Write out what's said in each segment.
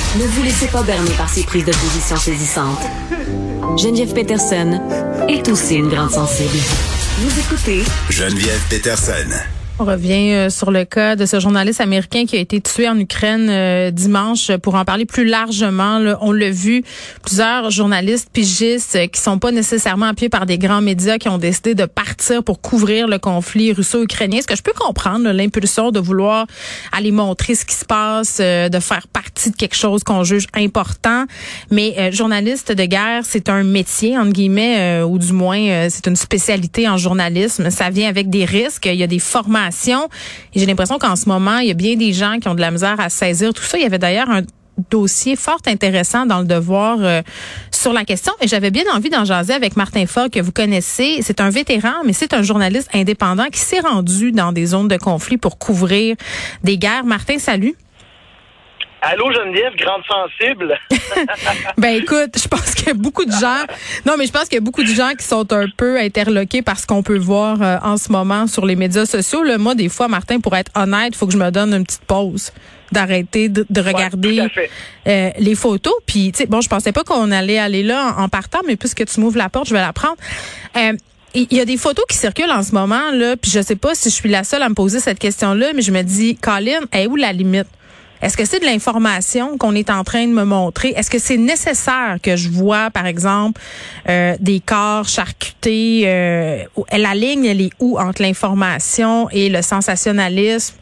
Ne vous laissez pas berner par ces prises de position saisissantes. Geneviève Peterson est aussi une grande sensible. Vous écoutez Geneviève Peterson. On revient sur le cas de ce journaliste américain qui a été tué en Ukraine dimanche. Pour en parler plus largement, là, on l'a vu, plusieurs journalistes pigistes qui sont pas nécessairement appuyés par des grands médias qui ont décidé de partir pour couvrir le conflit russo-ukrainien. Ce que je peux comprendre, là, l'impulsion de vouloir aller montrer ce qui se passe, de faire partie de quelque chose qu'on juge important. Mais journaliste de guerre, c'est un métier, entre guillemets, ou du moins c'est une spécialité en journalisme. Ça vient avec des risques, il y a des formations. Et j'ai l'impression qu'en ce moment, il y a bien des gens qui ont de la misère à saisir tout ça. Il y avait d'ailleurs un dossier fort intéressant dans Le Devoir sur la question. Et j'avais bien envie d'en jaser avec Martin Fogg, que vous connaissez. C'est un vétéran, mais c'est un journaliste indépendant qui s'est rendu dans des zones de conflit pour couvrir des guerres. Martin, salut. Allô Geneviève, grande sensible. Ben écoute, je pense qu'il y a beaucoup de gens. Non, mais je pense qu'il y a beaucoup de gens qui sont un peu interloqués par ce qu'on peut voir en ce moment sur les médias sociaux. Là, moi, des fois, Martin, pour être honnête, il faut que je me donne une petite pause, d'arrêter de regarder les photos. Puis, tu sais, bon, je pensais pas qu'on allait aller là en partant, mais puisque tu m'ouvres la porte, je vais la prendre. Il y a des photos qui circulent en ce moment là, puis je sais pas si je suis la seule à me poser cette question-là, mais je me dis, Colin, est où la limite? Est-ce que c'est de l'information qu'on est en train de me montrer? Est-ce que c'est nécessaire que je vois, par exemple, des corps charcutés? La ligne, elle est où entre l'information et le sensationnalisme?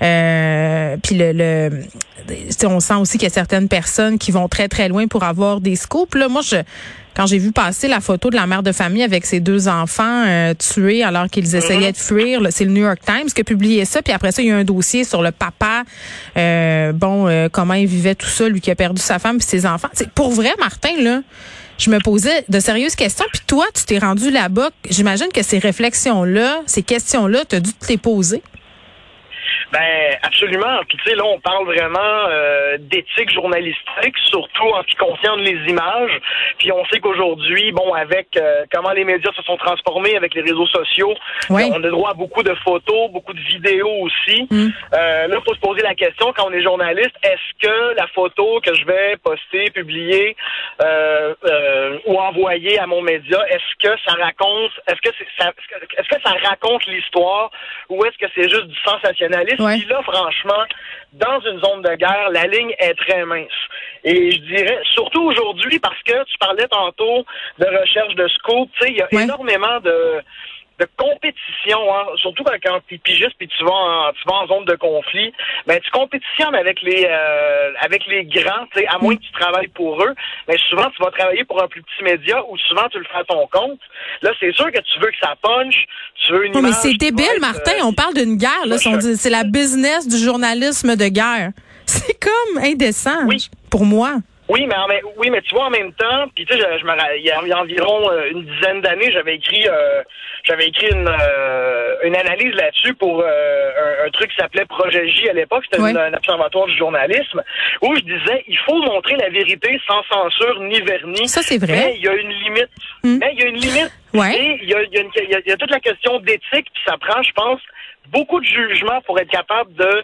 Puis on sent aussi qu'il y a certaines personnes qui vont très, très loin pour avoir des scoops. Là, moi, quand j'ai vu passer la photo de la mère de famille avec ses deux enfants tués alors qu'ils essayaient de fuir, là, c'est le New York Times qui a publié ça. Puis après ça, il y a un dossier sur le papa, comment il vivait tout ça, lui qui a perdu sa femme puis ses enfants. C'est pour vrai, Martin, là, je me posais de sérieuses questions. Puis toi, tu t'es rendu là-bas. J'imagine que ces réflexions-là, ces questions-là, tu as dû te les poser. Ben absolument. Puis tu sais, là, on parle vraiment d'éthique journalistique, surtout en ce qui concerne les images. Puis on sait qu'aujourd'hui, bon, avec comment les médias se sont transformés avec les réseaux sociaux, oui. On a droit à beaucoup de photos, beaucoup de vidéos aussi. Là, il faut se poser la question, quand on est journaliste, est-ce que la photo que je vais poster, publier ou envoyer à mon média, est-ce que ça raconte l'histoire ou est-ce que c'est juste du sensationnalisme? Ouais. Puis là, franchement, dans une zone de guerre, la ligne est très mince. Et je dirais, surtout aujourd'hui, parce que tu parlais tantôt de recherche de scoop, tu sais, il y a énormément de compétition, hein, surtout quand tu es pigiste puis tu vas en zone de conflit, ben tu compétitionnes avec les grands, tu sais, à moins que tu travailles pour eux, mais souvent tu vas travailler pour un plus petit média ou souvent tu le fais à ton compte. Là, c'est sûr que tu veux que ça punch, tu veux une image. Mais c'est débile, Martin, on parle d'une guerre, là, c'est la business du journalisme de guerre. C'est comme indécent pour moi. Oui, mais tu vois, en même temps, puis tu sais, il y a environ une dizaine d'années, j'avais écrit une analyse là-dessus pour un truc qui s'appelait Projet J à l'époque, c'était un observatoire du journalisme, où je disais, il faut montrer la vérité sans censure ni vernis. Ça, c'est vrai. Mais il y a une limite. Mais il y a une limite. Ouais. Et il y a toute la question d'éthique, puis ça prend, je pense, beaucoup de jugement pour être capable de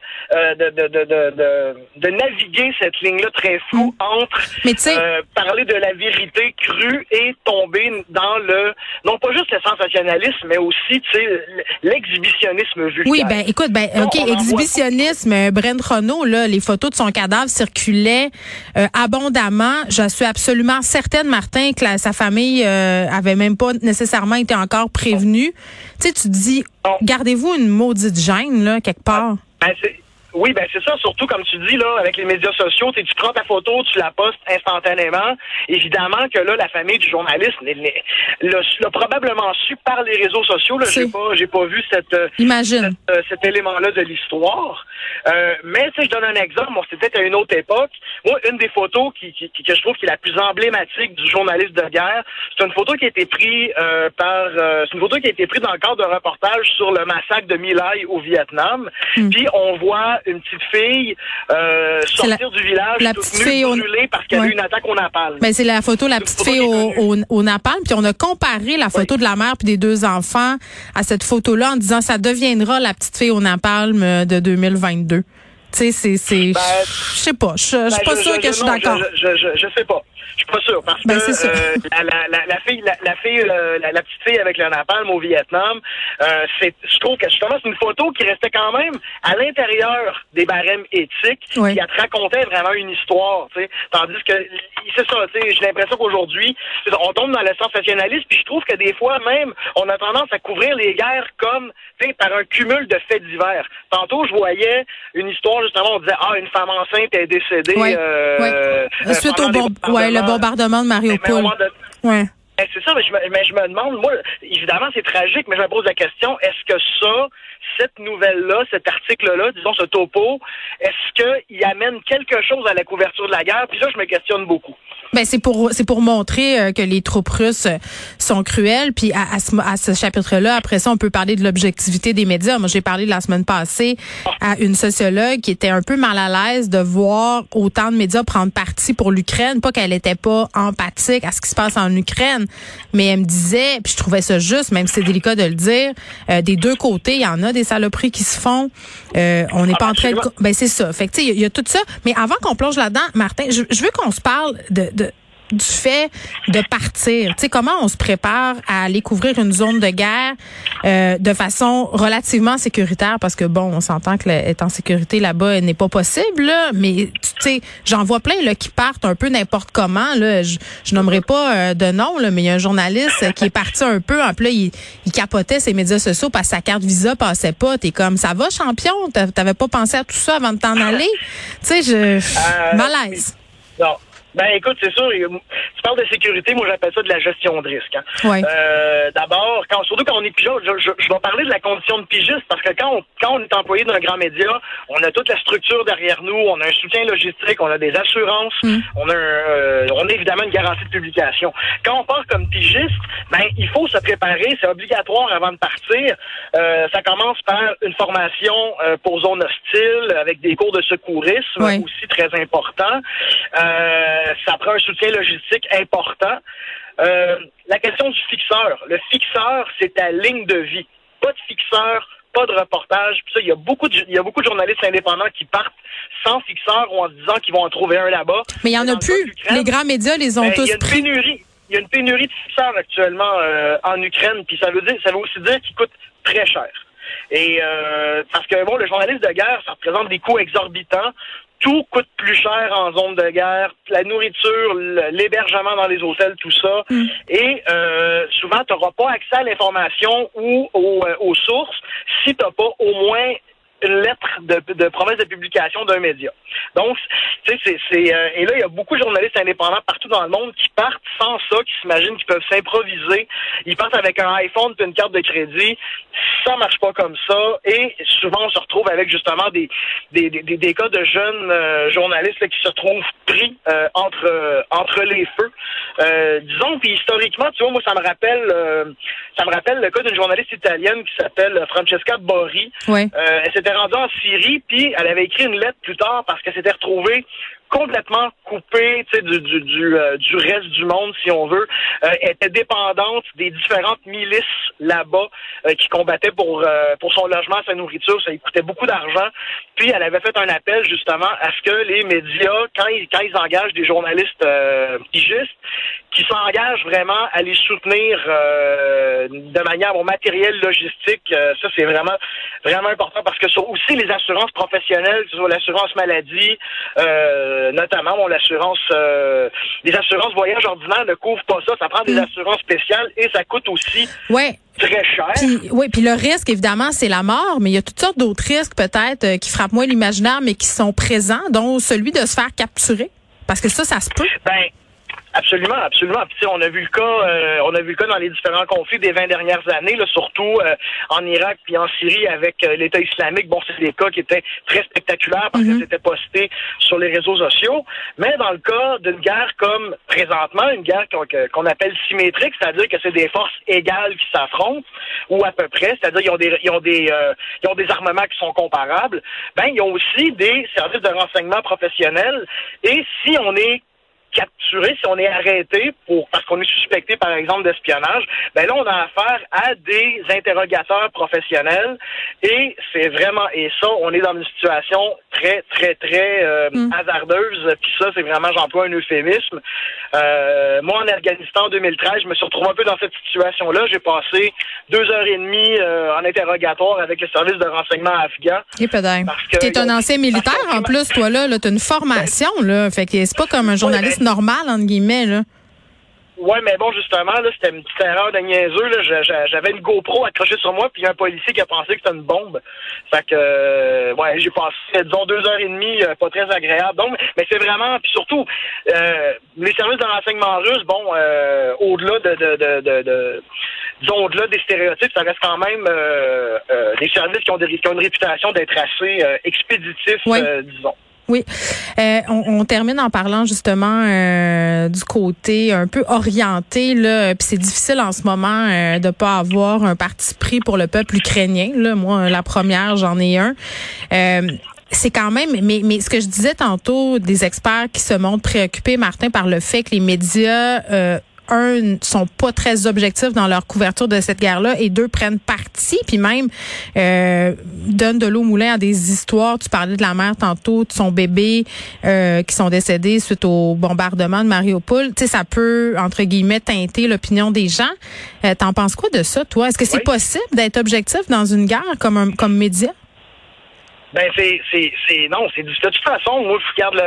naviguer cette ligne-là très floue entre parler de la vérité crue et tomber dans non pas juste le sensationnalisme, mais aussi, tu sais, l'exhibitionnisme vulgaire. Oui, ben écoute, exhibitionnisme, Brent Renaud, là, les photos de son cadavre circulaient abondamment. Je suis absolument certaine, Martin, que sa famille avait même pas nécessairement été encore prévenue. Tu sais, tu te dis, gardez-vous une maudite gêne, là, quelque part. Oui, c'est ça, surtout comme tu dis, là, avec les médias sociaux, tu prends ta photo, tu la postes instantanément. Évidemment que là, la famille du journaliste l'a probablement su par les réseaux sociaux. Là, j'ai pas vu cet élément-là de l'histoire. Mais si je donne un exemple, c'était à une autre époque. Moi, une des photos que je trouve qui est la plus emblématique du journaliste de guerre, c'est une photo qui a été prise dans le cadre d'un reportage sur le massacre de My Lai au Vietnam. Puis on voit une petite fille sortir du village toute nue, brûlée parce qu'elle a eu une attaque au napalm. Ben, c'est la photo de la petite fille au napalm. Puis on a comparé la photo de la mère puis des deux enfants à cette photo-là en disant ça deviendra la petite fille au napalm de 2022. Tu Tu sais, je sais pas. Je suis pas sûre que je suis d'accord. Je sais pas. Je suis pas sûr parce que la petite fille avec le napalm au Vietnam, je trouve que justement c'est une photo qui restait quand même à l'intérieur des barèmes éthiques, qui te racontait vraiment une histoire, tu sais. Tandis que c'est ça, tu sais, j'ai l'impression qu'aujourd'hui on tombe dans le sensationnalisme, puis je trouve que des fois même on a tendance à couvrir les guerres comme, tu sais, par un cumul de faits divers. Tantôt je voyais une histoire justement, on disait une femme enceinte est décédée suite au le bombardement de Mariupol. C'est ça, mais je me demande, moi, évidemment, c'est tragique, mais je me pose la question, est-ce que cette nouvelle-là, cet article-là, disons ce topo, est-ce qu'il amène quelque chose à la couverture de la guerre? Puis là, je me questionne beaucoup. Ben c'est pour montrer que les troupes russes sont cruelles. Puis à ce chapitre-là, après ça, on peut parler de l'objectivité des médias. Moi, j'ai parlé la semaine passée à une sociologue qui était un peu mal à l'aise de voir autant de médias prendre parti pour l'Ukraine. Pas qu'elle était pas empathique à ce qui se passe en Ukraine, mais elle me disait, puis je trouvais ça juste, même si c'est délicat de le dire, des deux côtés, il y en a des saloperies qui se font. On n'est pas en train de... Ben c'est ça. Fait que tu sais, il y a tout ça. Mais avant qu'on plonge là-dedans, Martin, je veux qu'on se parle du fait de partir. Tu sais, comment on se prépare à aller couvrir une zone de guerre de façon relativement sécuritaire, parce que bon, on s'entend que être en sécurité là-bas n'est pas possible, là, mais tu sais, j'en vois plein là qui partent un peu n'importe comment. Là, je nommerai pas de nom, là, mais il y a un journaliste qui est parti un peu, en plus il capotait ses médias sociaux parce que sa carte Visa passait pas. T'es comme, ça va, champion? T'avais pas pensé à tout ça avant de t'en aller? Tu sais, malaise. Non. Ben écoute, c'est sûr, tu parles de sécurité, moi j'appelle ça de la gestion de risque. Hein. Oui. D'abord, surtout quand on est pigiste, je vais parler de la condition de pigiste, parce que quand on est employé d'un grand média, on a toute la structure derrière nous, on a un soutien logistique, on a des assurances, on a évidemment une garantie de publication. Quand on part comme pigiste, ben il faut se préparer, c'est obligatoire avant de partir. Ça commence par une formation pour zone hostile, avec des cours de secourisme aussi très importants. Ça prend un soutien logistique important. La question du fixeur. Le fixeur, c'est ta ligne de vie. Pas de fixeur, pas de reportage. Puis ça, il y a beaucoup de journalistes indépendants qui partent sans fixeur ou en se disant qu'ils vont en trouver un là-bas. Mais il y en a plus. Les grands médias les ont tous pris. Il y a une pénurie de fixeurs actuellement en Ukraine. Puis ça veut aussi dire qu'ils coûtent très cher. Et parce que bon, le journaliste de guerre, ça représente des coûts exorbitants. Tout coûte plus cher en zone de guerre, la nourriture, l'hébergement dans les hôtels, tout ça. Et souvent, tu n'auras pas accès à l'information ou aux sources si tu n'as pas au moins une lettre de promesse de publication d'un média. Donc, tu sais, et là, il y a beaucoup de journalistes indépendants partout dans le monde qui partent sans ça, qui s'imaginent qu'ils peuvent s'improviser. Ils partent avec un iPhone et une carte de crédit. Ça marche pas comme ça. Et souvent, on se retrouve avec justement des cas de jeunes journalistes là, qui se retrouvent pris entre les feux. Disons, puis historiquement, tu vois, moi, ça me rappelle le cas d'une journaliste italienne qui s'appelle Francesca Borri. Oui. Elle s'était rendue en Syrie, puis elle avait écrit une lettre plus tard parce qu'elle s'était retrouvée complètement coupée, tu sais, du reste du monde, si on veut. Elle était dépendante des différentes milices là-bas qui combattaient pour son logement, sa nourriture. Ça lui coûtait beaucoup d'argent. Puis elle avait fait un appel justement à ce que les médias, quand ils engagent des journalistes pigistes, qui s'engagent vraiment à les soutenir de manière matérielle, logistique. Ça, c'est vraiment, vraiment important parce que sur aussi les assurances professionnelles, que ce soit l'assurance maladie, notamment les assurances voyage ordinaires ne couvrent pas ça. Ça prend des assurances spéciales et ça coûte aussi très cher. Puis le risque, évidemment, c'est la mort, mais il y a toutes sortes d'autres risques peut-être qui frappent moins l'imaginaire, mais qui sont présents, dont celui de se faire capturer. Parce que ça se peut. Absolument, absolument. Puis tu sais, on a vu le cas dans les différents conflits des 20 dernières années, là, surtout en Irak puis en Syrie avec l'État islamique. Bon, c'est des cas qui étaient très spectaculaires parce que c'était posté sur les réseaux sociaux. Mais dans le cas d'une guerre comme présentement, une guerre qu'on appelle symétrique, c'est-à-dire que c'est des forces égales qui s'affrontent, ou à peu près, c'est-à-dire ils ont des armements qui sont comparables. Ben, ils ont aussi des services de renseignement professionnels. Et si on est capturé, si on est arrêté parce qu'on est suspecté, par exemple, d'espionnage, ben là, on a affaire à des interrogateurs professionnels et c'est vraiment, et ça, on est dans une situation très, très, très hasardeuse, puis ça, c'est vraiment, j'emploie un euphémisme. Moi, en Afghanistan, en 2013, je me suis retrouvé un peu dans cette situation-là. J'ai passé 2h30 en interrogatoire avec le service de renseignement afghan. Et peut-être. T'es un ancien militaire, en plus, toi, là t'as une formation, là. Fait que c'est pas comme un journaliste normal, entre guillemets, là. Ouais, mais bon, justement, là, c'était une petite erreur de niaiseux, là. J'avais une GoPro accrochée sur moi, puis il y a un policier qui a pensé que c'était une bombe. Fait que, ouais, j'ai passé, disons, 2h30, pas très agréable. Donc, mais c'est vraiment, puis surtout, les services de renseignement russes, bon, au-delà disons, au-delà des stéréotypes, ça reste quand même des services qui ont une réputation d'être assez expéditifs, oui. Disons. Oui. On termine en parlant justement du côté un peu orienté, là, puis c'est difficile en ce moment de pas avoir un parti pris pour le peuple ukrainien. Là, moi, la première, j'en ai un. C'est quand même, mais ce que je disais tantôt, des experts qui se montrent préoccupés, Martin, par le fait que les médias sont pas très objectifs dans leur couverture de cette guerre-là et deux, prennent parti, puis même donnent de l'eau au moulin à des histoires. Tu parlais de la mère tantôt, de son bébé qui sont décédés suite au bombardement de Mariupol. Tu sais, ça peut, entre guillemets, teinter l'opinion des gens. T'en penses quoi de ça, toi? Est-ce que c'est possible d'être objectif dans une guerre comme média? Ben non, c'est de toute façon, moi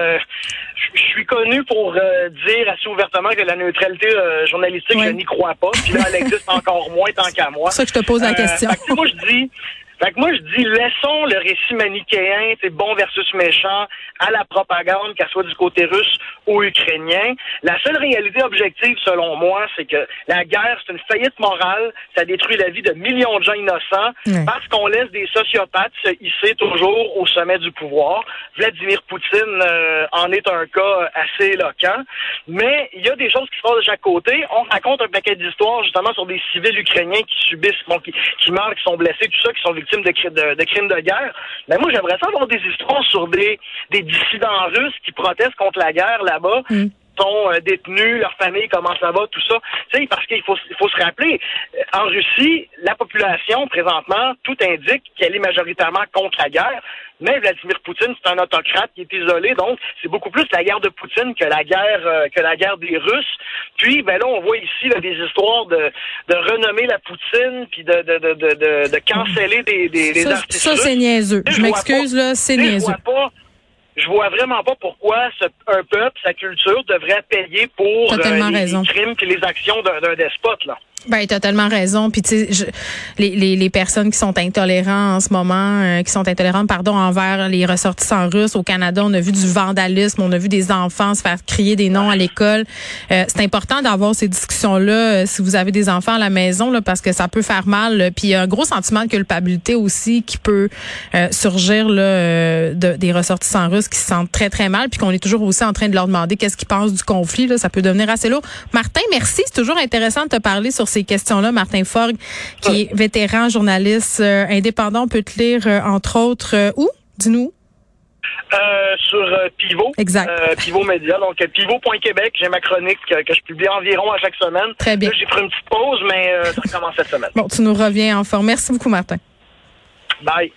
je suis connu pour dire assez ouvertement que la neutralité journalistique, je n'y crois pas. Puis là, elle existe encore moins tant qu'à moi. C'est ça que je te pose la question. Fait que moi, je dis, laissons le récit manichéen, c'est bon versus méchant, à la propagande, qu'elle soit du côté russe ou ukrainien. La seule réalité objective, selon moi, c'est que la guerre, c'est une faillite morale. Ça détruit la vie de millions de gens innocents parce qu'on laisse des sociopathes se hisser toujours au sommet du pouvoir. Vladimir Poutine en est un cas assez éloquent. Mais il y a des choses qui se passent de chaque côté. On raconte un paquet d'histoires, justement, sur des civils ukrainiens qui subissent, qui meurent, qui sont blessés, tout ça, qui sont victimes de crimes de guerre. Mais moi, j'aimerais ça avoir des histoires sur des dissidents russes qui protestent contre la guerre là-bas, sont détenus, leur famille, comment ça va, tout ça. Tu sais, parce qu'il faut se rappeler, en Russie, la population, présentement, tout indique qu'elle est majoritairement contre la guerre. Mais Vladimir Poutine, c'est un autocrate qui est isolé, donc c'est beaucoup plus la guerre de Poutine que la guerre des Russes. Puis, ben là, on voit ici là, des histoires de renommer la Poutine, puis de canceller des artistes. Ça, c'est niaiseux. Je m'excuse, là, c'est niaiseux. Je vois vraiment pas pourquoi un peuple, sa culture, devrait payer pour les crimes et les actions d'un despote, là. Ben, t'as tellement raison. Puis tu sais, les personnes qui sont intolérantes en ce moment, envers les ressortissants russes au Canada, on a vu du vandalisme, on a vu des enfants se faire crier des noms à l'école. C'est important d'avoir ces discussions-là si vous avez des enfants à la maison, là, parce que ça peut faire mal. Puis il y a un gros sentiment de culpabilité aussi qui peut surgir là des ressortissants russes qui se sentent très très mal, puis qu'on est toujours aussi en train de leur demander qu'est-ce qu'ils pensent du conflit. Là, ça peut devenir assez lourd. Martin, merci. C'est toujours intéressant de te parler sur ces questions-là. Martin Forgue, qui est vétéran journaliste indépendant, on peut te lire, entre autres, où? Dis-nous. Sur Pivot. Exact. Pivot Média. Donc, pivot.québec. J'ai ma chronique que je publie environ à chaque semaine. Très bien. Là, j'ai pris une petite pause, mais ça commence cette semaine. Bon, tu nous reviens en forme. Merci beaucoup, Martin. Bye.